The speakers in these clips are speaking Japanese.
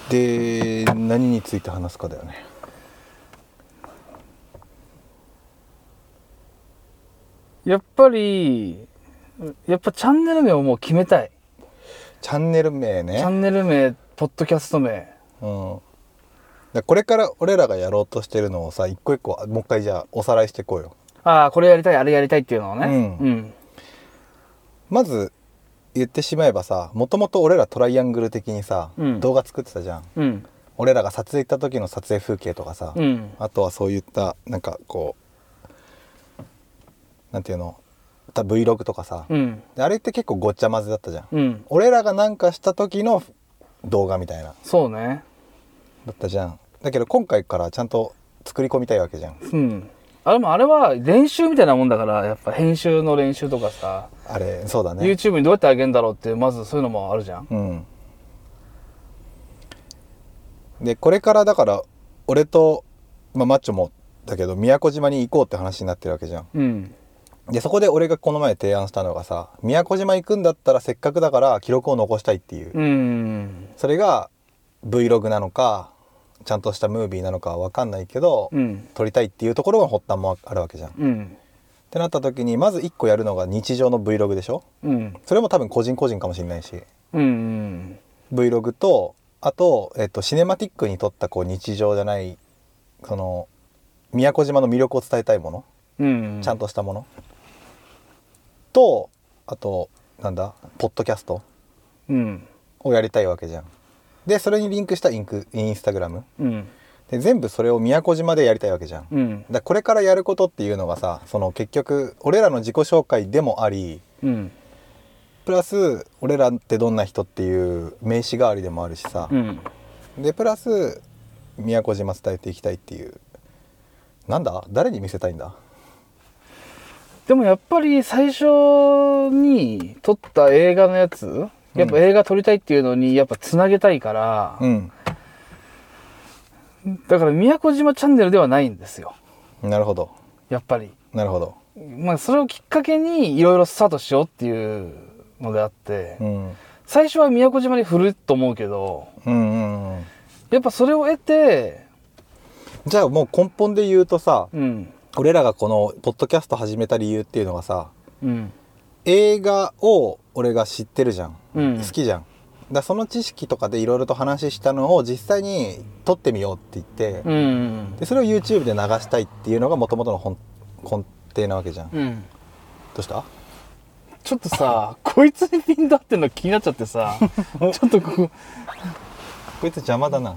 で何について話すかだよね。 やっぱチャンネル名をもう決めたい。 チャンネル名ね。 チャンネル名、ポッドキャスト名。 これから俺らがやろうとしてるのをさ、一個一個もう一回じゃあおさらいしていこうよ。 ああ、これやりたい、あれやりたいっていうのをね。 まず言ってしまえばさ、もともと俺らトライアングル的にさ、動画作ってたじゃん。俺らが撮影行った時の撮影風景とかさ、あとはそういったなんかこうなんていうの、Vlog とかさ、であれって結構ごっちゃ混ぜだったじゃん。俺らがなんかした時の動画みたいな。 そうね。 だったじゃん。だけど今回からちゃんと作り込みたいわけじゃん。 あれは練習みたいなもんだから、やっぱ編集の練習とかさ、 あれそうだね。 YouTube にどうやってあげるんだろうってまずそういうのもあるじゃん。 でこれからだから俺と、マッチョもだけど宮古島に行こうって話になってるわけじゃん。でそこで俺がこの前提案したのがさ、宮古島行くんだったらせっかくだから記録を残したいっていう、それが Vlog なのかちゃんとしたムービーなのかは分かんないけど、撮りたいっていうところが発端もあるわけじゃん。ってなった時にまず1個やるのが日常の Vlog でしょ。それも多分個人個人かもしれないし、Vlog とあと、シネマティックに撮ったこう日常じゃないその宮古島の魅力を伝えたいもの、ちゃんとしたものと、あとなんだポッドキャストをやりたいわけじゃん。でそれにリンクしたインスタグラム、で全部それを宮古島でやりたいわけじゃん。だこれからやることっていうのがさ、その結局俺らの自己紹介でもあり、プラス俺らってどんな人っていう名刺代わりでもあるしさ、でプラス宮古島伝えていきたいっていう、なんだ誰に見せたいんだ。 でもやっぱり最初に撮った映画のやつ、やっぱ映画撮りたいっていうのにやっぱつなげたいから、だから宮古島チャンネルではないんですよ。 なるほど。 やっぱり。 なるほど。 それをきっかけにいろいろスタートしようっていうのであって、最初は宮古島に振ると思うけど、やっぱそれを得て、 じゃあもう根本で言うとさ、俺らがこのポッドキャスト始めた理由っていうのがさ、映画を俺が知ってるじゃん、好きじゃん。だその知識とかでいろいろと話したのを実際に撮ってみようって言って、でそれを YouTube で流したいっていうのがもともとの根底なわけじゃん。どうした？ ちょっとさこいつにピント合ってんの気になっちゃってさちょっとこいつ邪魔だな。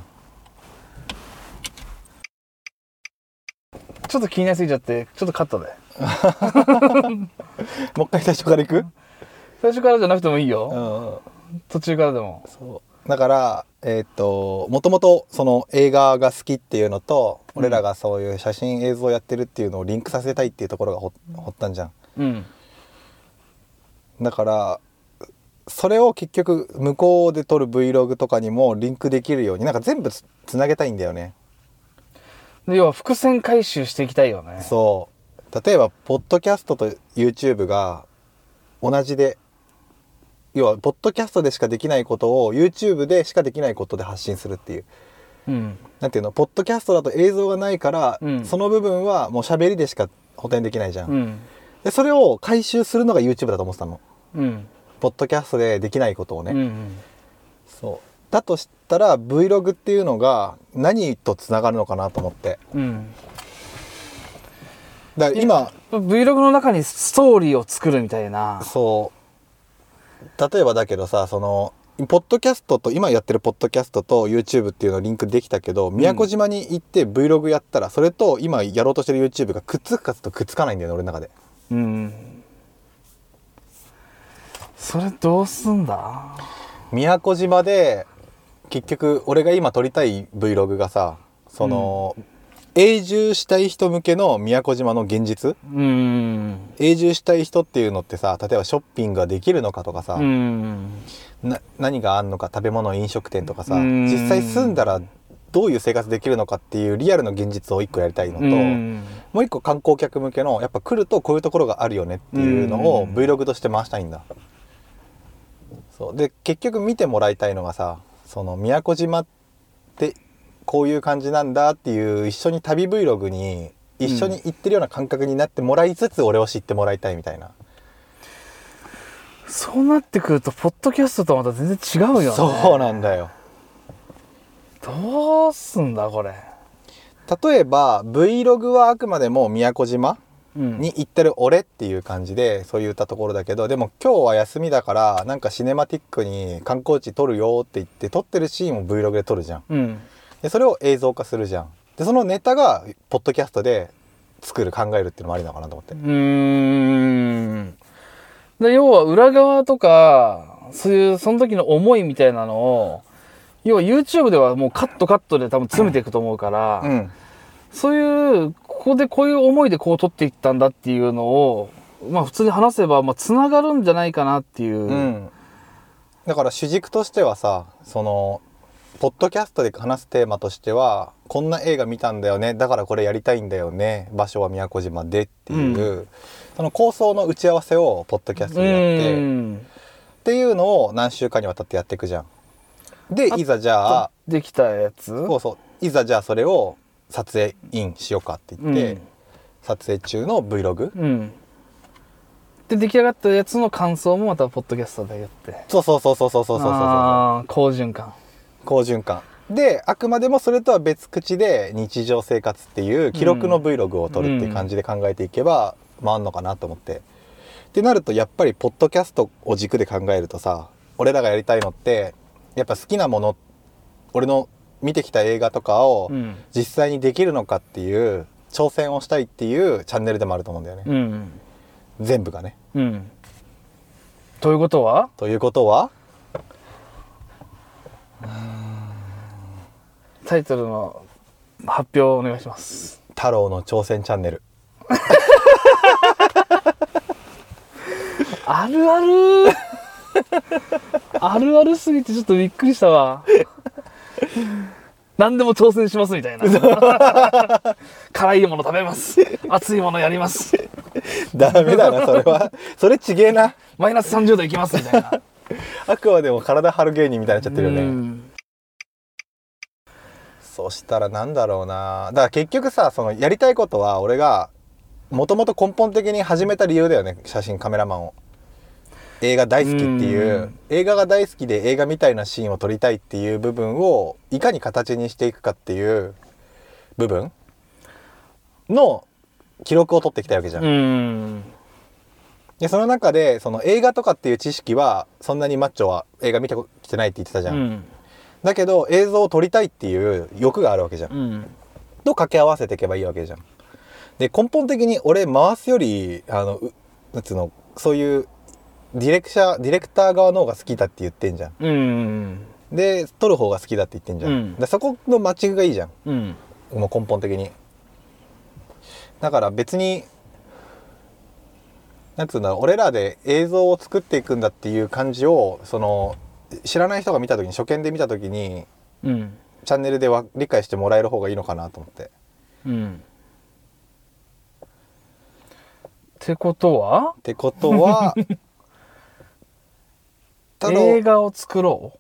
ちょっと気になりすぎちゃってちょっとカットでもう一回最初からいく？ 最初からじゃなくてもいいよ、途中からでも。 そうだからもともとその映画が好きっていうのと、俺らがそういう写真映像やってるっていうのをリンクさせたいっていうところが発端じゃん。だからそれを結局向こうで撮る Vlog とかにもリンクできるようになんか全部つなげたいんだよね。 要は伏線回収していきたいよね。 そう例えばポッドキャストと YouTube が同じで、要はポッドキャストでしかできないことを YouTube でしかできないことで発信するっていう、なんていうの、ポッドキャストだと映像がないから、その部分はもう喋りでしか補填できないじゃん、でそれを回収するのが YouTube だと思ってたの、ポッドキャストでできないことをね、そうだとしたら Vlog っていうのが何とつながるのかなと思って、だから今 Vlog の中にストーリーを作るみたいな。 例えばだけどさ、そのポッドキャストと今やってるポッドキャストと YouTube っていうのリンクできたけど、宮古島に行って Vlog やったらそれと今やろうとしてる YouTube がくっつくかつとくっつかないんだよね、俺の中で。 それどうすんだ。 宮古島で結局俺が今撮りたい Vlog がさ、その、永住したい人向けの宮古島の現実、永住したい人っていうのってさ、例えばショッピングができるのかとかさ、何があんのか、食べ物飲食店とかさ、実際住んだらどういう生活できるのかっていうリアルの現実を一個やりたいのと、もう一個観光客向けのやっぱ来るとこういうところがあるよねっていうのを Vlog として回したいんだ。そうで結局見てもらいたいのがさ、その宮古島こういう感じなんだっていう一緒に旅 Vlog に一緒に行ってるような感覚になってもらいつつ、俺を知ってもらいたいみたいな。 そうなってくるとポッドキャストとはまた全然違うよね。 そうなんだよ。 どうすんだこれ。 例えば Vlog はあくまでも宮古島に行ってる俺っていう感じでそういったところだけど、でも今日は休みだからなんかシネマティックに観光地撮るよって言って撮ってるシーンを Vlog で撮るじゃん、でそれを映像化するじゃん。でそのネタがポッドキャストで作る考えるっていうのもありなのかなと思って。 で要は裏側とかそういうその時の思いみたいなのを要は YouTube ではもうカットで多分詰めていくと思うから、そういうここでこういう思いでこう撮っていったんだっていうのをまあ普通に話せばまあつながるんじゃないかなっていう、 だから主軸としてはさ、そのポッドキャストで話すテーマとしてはこんな映画見たんだよね、だからこれやりたいんだよね、場所は宮古島でっていう、その構想の打ち合わせをポッドキャストでやって、っていうのを何週間にわたってやっていくじゃん。でいざじゃあできたやつ、 いざじゃあそれを撮影インしようかって言って、撮影中の Vlog、 で出来上がったやつの感想もまたポッドキャストでやって、 そう好循環で、あくまでもそれとは別口で日常生活っていう記録の Vlog を撮るっていう感じで考えていけば回んのかなと思って。ってなるとやっぱりポッドキャストを軸で考えるとさ、俺らがやりたいのってやっぱ好きなもの、俺の見てきた映画とかを実際にできるのかっていう挑戦をしたいっていうチャンネルでもあると思うんだよね、全部がね。 ということはタイトルの発表をお願いします。 太郎の挑戦チャンネル。 あるあるあるあるすぎてちょっとびっくりしたわ。何でも挑戦しますみたいな。辛いもの食べます、熱いものやります。 ダメだなそれは。それちげえな。 マイナス30度いきますみたいな。 あくまでも体張る芸人みたいになっちゃってるよね。そしたらなんだろうな。だから結局さ、そのやりたいことは俺がもともと根本的に始めた理由だよね。写真カメラマンを、映画大好きっていう、映画が大好きで映画みたいなシーンを撮りたいっていう部分をいかに形にしていくかっていう部分の記録を取ってきたわけじゃん。でその中でその映画とかっていう知識はそんなにマッチョは映画見てきてないって言ってたじゃん、だけど映像を撮りたいっていう欲があるわけじゃん、と掛け合わせていけばいいわけじゃん。で根本的に俺回すよりなんつうの、そういうディレクター側の方が好きだって言ってんじゃん、で撮る方が好きだって言ってんじゃん、でそこのマッチングがいいじゃん、もう根本的に。だから別になんつうんだろう、俺らで映像を作っていくんだっていう感じをその知らない人が見た時に、初見で見た時に、チャンネルで理解してもらえる方がいいのかなと思って。 ってことは映画を作ろう。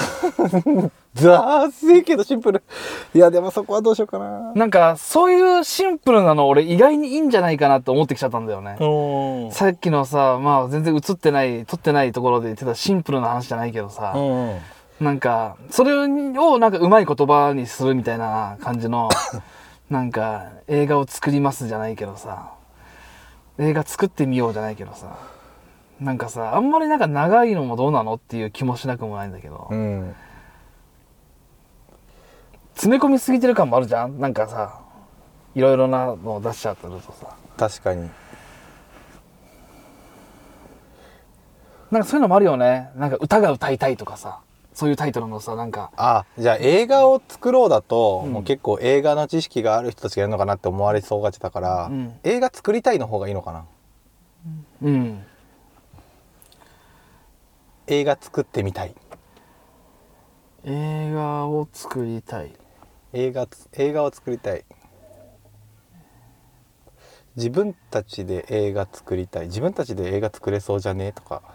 ざーすいけどシンプル。いやでもそこはどうしようかな。 なんかそういうシンプルなの俺意外にいいんじゃないかなと思ってきちゃったんだよね。さっきのさ、まあ全然撮ってないところで言ってたシンプルな話じゃないけどさ、なんかそれをなんかうまい言葉にするみたいな感じのなんか映画を作りますじゃないけどさ、映画作ってみようじゃないけどさ、なんかさ、あんまりなんか長いのもどうなのっていう気もしなくもないんだけど、詰め込みすぎてる感もあるじゃん。なんかさ、いろいろなのを出しちゃってるとさ。 確かに。 なんかそういうのもあるよね。なんか歌が歌いたいとかさ、そういうタイトルのさ、なんか。 じゃあ映画を作ろうだと、もう結構映画の知識がある人たちがやるのかなって思われそうがちだから、映画作りたいの方がいいのかな。映画作ってみたい。 映画を作りたい。 映画を作りたい。自分たちで映画作りたい。自分たちで映画作れそうじゃねえとか。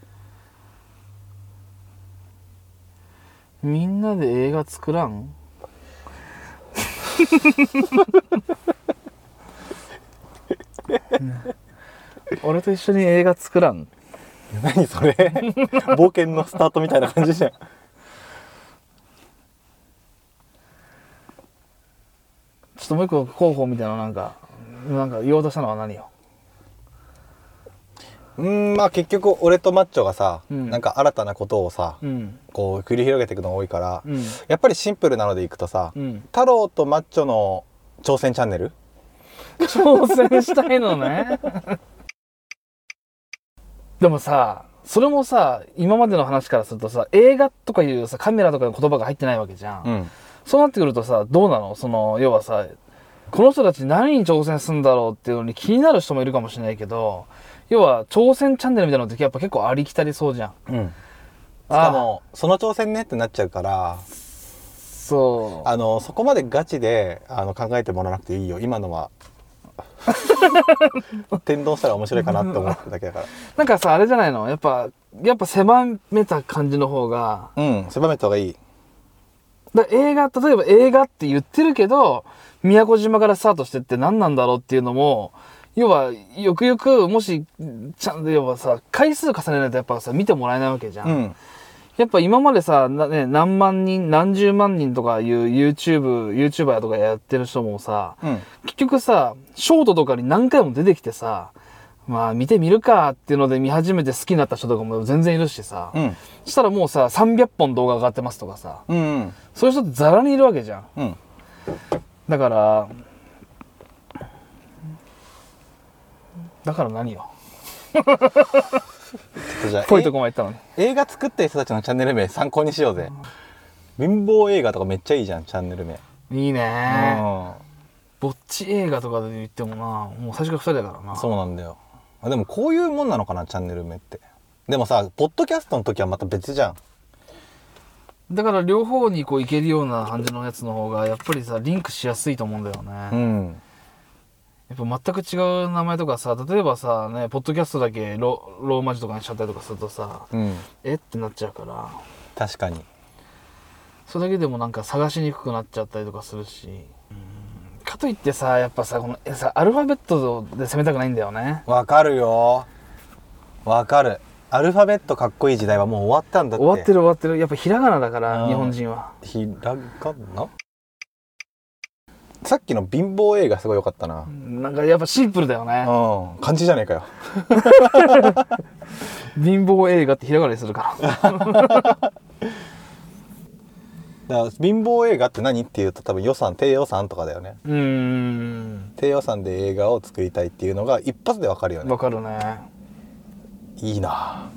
みんなで映画作らん？ 俺と一緒に映画作らん？ 何それ冒険のスタートみたいな感じじゃん。 ちょっともう一個候補みたいななんか言おうとしたのは何よ。 まあ結局俺とマッチョがさ、なんか新たなことをさ、こう繰り広げていくのが多いから、やっぱりシンプルなのでいくとさ、太郎とマッチョの挑戦チャンネル挑戦したいのね。でもさ、それもさ、今までの話からするとさ、映画とかいうさ、カメラとかの言葉が入ってないわけじゃん。そうなってくるとさ、どうなの？要はさ、この人たち何に挑戦するんだろうっていうのに気になる人もいるかもしれないけど、要は挑戦チャンネルみたいなのってやっぱ結構ありきたりそうじゃん。しかもその挑戦ねってなっちゃうから、そこまでガチで考えてもらわなくていいよ。今のは天丼したら面白いかなって思っただけだから。 なんかさ、あれじゃないの？やっぱ狭めた感じの方が。 狭めた方がいい。 例えば映画って言ってるけど、宮古島からスタートしてって何なんだろうっていうのも、要はよくよくもし要はさ、回数重ねないとやっぱさ見てもらえないわけじゃん。やっぱ今までさ、何万人何十万人とかいう YouTuber とかやってる人もさ、結局さショートとかに何回も出てきてさ、まあ見てみるかっていうので見始めて好きになった人とかも全然いるしさ、そしたらもうさ300本動画上がってますとかさ、そういう人ってザラにいるわけじゃん。だから何よ。 じゃあぽいとこまで行ったのに。 映画作った人たちのチャンネル名参考にしようぜ。貧乏映画とかめっちゃいいじゃん、チャンネル名。 いいね。ぼっち映画とかで言ってもな、もう最初から2人だからな。 そうなんだよ。でもこういうもんなのかな、チャンネル名って。でもさ、ポッドキャストの時はまた別じゃん。 だから両方にこういけるような感じのやつの方がやっぱりさリンクしやすいと思うんだよね。やっぱ全く違う名前とかさ、例えばさね、ポッドキャストだけローマ字とかにしちゃったりとかするとさ、ってなっちゃうから。確かに。 それだけでもなんか探しにくくなっちゃったりとかするし。かといってさ、やっぱさこのアルファベットで攻めたくないんだよね。 わかるよ。わかる。アルファベットかっこいい時代はもう終わったんだって。 終わってる。やっぱひらがなだから、日本人は。 ひらがな？さっきの貧乏映画すごい良かったな。 なんかやっぱシンプルだよね。 漢字じゃねえかよ。 貧乏映画ってひらがなにするから。だから貧乏映画って何っていうと多分低予算とかだよね。低予算で映画を作りたいっていうのが一発でわかるよね。 わかるね。いいな。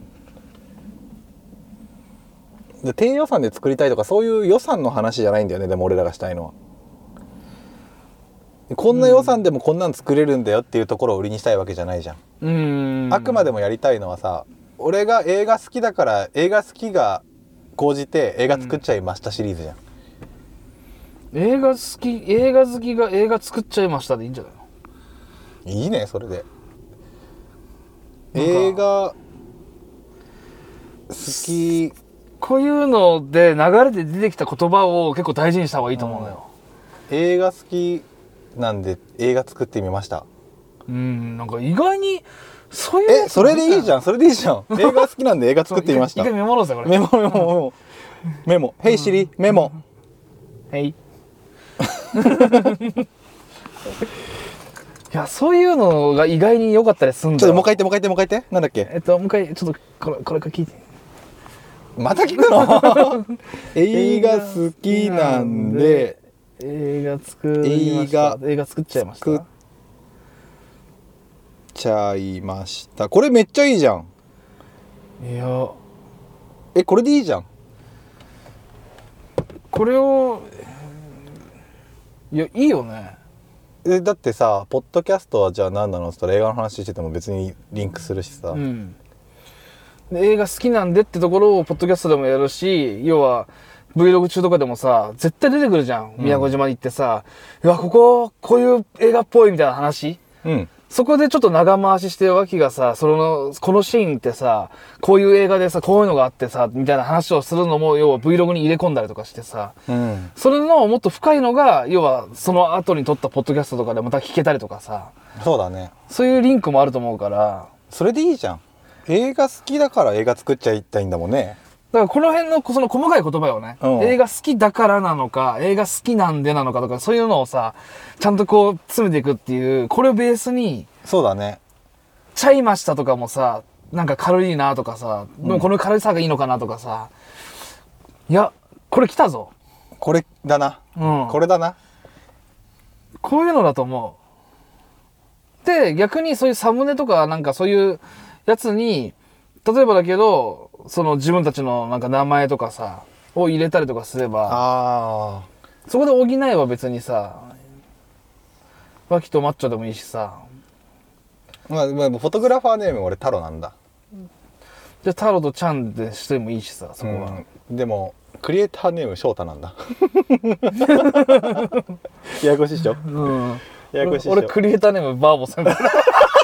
で低予算で作りたいとかそういう予算の話じゃないんだよね。でも俺らがしたいのはこんな予算でもこんなん作れるんだよっていうところを売りにしたいわけじゃないじゃん。あくまでもやりたいのはさ、俺が映画好きだから映画好きが高じて映画作っちゃいましたシリーズじゃん。 映画好きが映画作っちゃいましたでいいんじゃないの？ いいね、それで。映画好き、 こういうので流れで出てきた言葉を結構大事にした方がいいと思うのよ。 映画好きなんで映画作ってみました。 なんか意外にそういうそれでいいじゃん。映画好きなんで映画作ってみました。 一回メモろうぜこれ。 メモ。ヘイシリメモ。 ヘイ。いやそういうのが意外に良かったりするんだよ。 ちょっともう一回言って。なんだっけ？ もう一回ちょっとこれ聞いて。 また聞くの？映画好きなんで映画作っちゃいました。 これめっちゃいいじゃん。 いやこれでいいじゃん。 これをいいよね。 だってさ、ポッドキャストはじゃあ何なのって言ったら映画の話してても別にリンクするしさ、 で映画好きなんでってところをポッドキャストでもやるし、要は Vlog 中とかでもさ絶対出てくるじゃん。宮古島に行ってさ、こういう映画っぽいみたいな話、 そこでちょっと長回しして脇がさ、このシーンってさ、こういう映画でさ、こういうのがあってさ、みたいな話をするのも、要は Vlog に入れ込んだりとかしてさ、それのもっと深いのが、要はその後に撮ったポッドキャストとかでまた聞けたりとかさ、 そうだね。 そういうリンクもあると思うから。 それでいいじゃん。映画好きだから映画作っちゃいたいんだもんね。 だからこの辺のその細かい言葉よね、映画好きだからなのか、映画好きなんでなのかとか、そういうのをさ、ちゃんとこう詰めていくっていう、これをベースに。 そうだね。 ちゃいましたとかもさ、なんか軽いなとかさ、でもこの軽さがいいのかなとかさ、いや、これ来たぞ。 これだな。これだな。 こういうのだと思う。で、逆にそういうサムネとかなんかそういうやつに、例えばだけど、その自分たちのなんか名前とかさ、を入れたりとかすれば、そこで補えば別にさ、脇とマッチョでもいいしさ。 まあ、フォトグラファーネーム俺タロなんだ。 じゃあタロとちゃんでしてもいいしさ、そこは。 でもクリエイターネーム翔太なんだ。ややこしいっしょ。 ややこしいっしょ。俺クリエイターネームバーボさんだから。